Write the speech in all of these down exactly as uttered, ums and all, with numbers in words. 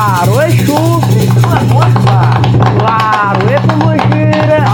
Claro, Exu, claro, e Pombagira.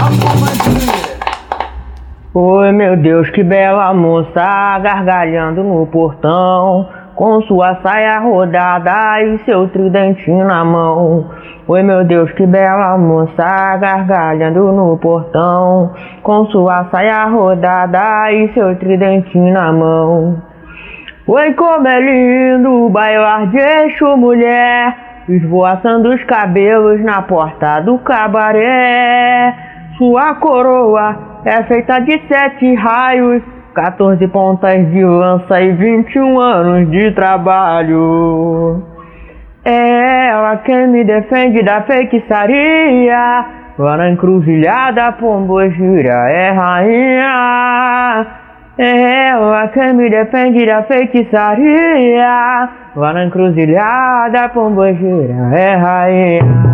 Oi, meu Deus, que bela moça, gargalhando no portão, com sua saia rodada e seu tridentinho na mão. Oi, meu Deus, que bela moça, gargalhando no portão, com sua saia rodada e seu tridentinho na mão. Oi, como é lindo bailar de Exu, mulher, esvoaçando os cabelos na porta do cabaré. Sua coroa é feita de sete raios, quatorze pontas de lança e vinte e um anos de trabalho. É ela quem me defende da feitiçaria, lá na encruzilhada Pombagira é rainha. É ela quem me defende da feitiçaria, lá na encruzilhada Pombagira é rainha.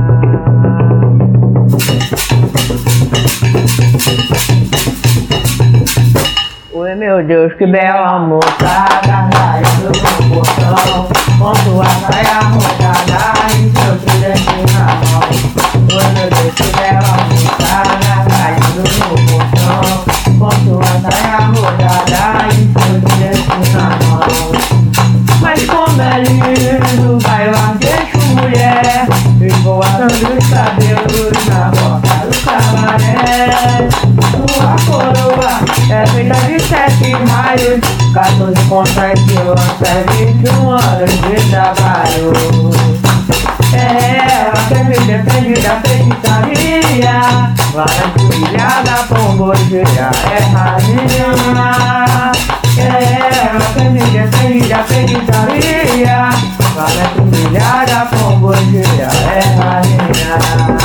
Oi, meu Deus, que bela moça, gargalhando no portão, com sua saia rodada e seu tridentinho na mão. Oi, meu Deus, que bela moça, gargalhando no portão, com sua saia rodada e seu tridentinho na mão. Mas como é lindo bailar de Exu, mulher, esvoaçando os cabelos na porta do cabaré. Sua coroa é feita de sete raios, quatorze pontas de lança e vinte e um anos de trabalho. É ela que me defende da feitiçaria, lá na encruzilhada Pombagira é rainha. É ela que me defende da feitiçaria, lá na encruzilhada Pombagira é rainha.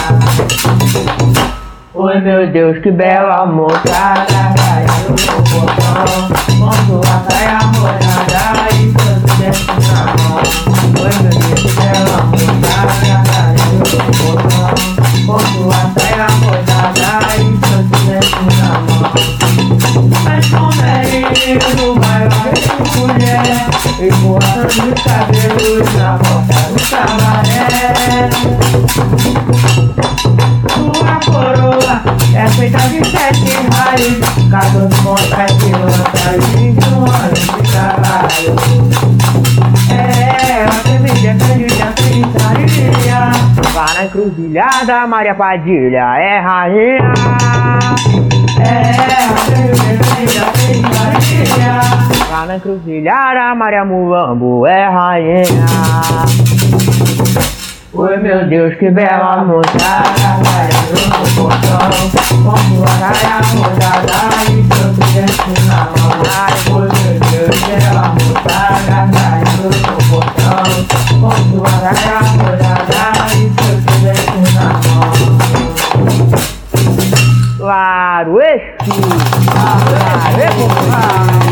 Oi, meu Deus, que bela moça, gargalhando no portão, com sua saia molhada e seu tridentinho na mão. Oi, meu Deus, que bela moça, gargalhando no portão, com sua saia molhada e seu tridentinho na mão. Mas como é lindo bailar de mulher, esvoaçando os cabelos na porta do cabaré. Sua coroa é feita de sete raios, quatorze pontas de lança e vinte e um anos de trabalho. É ela que me defende da feitiçaria, lá na encruzilhada Maria Padilha é rainha. É ela que me defende da feitiçaria, lá na encruzilhada Maria Mulambo é rainha. Oi, meu Deus, que bela moça, gargalhando no portão, com sua saia rodada e seu tridentinho na mão. Oi, meu Deus, que bela moça, gargalhando no portão, com sua saia rodada e seu tridentinho na mão. Claro, Exu, claro, Exu.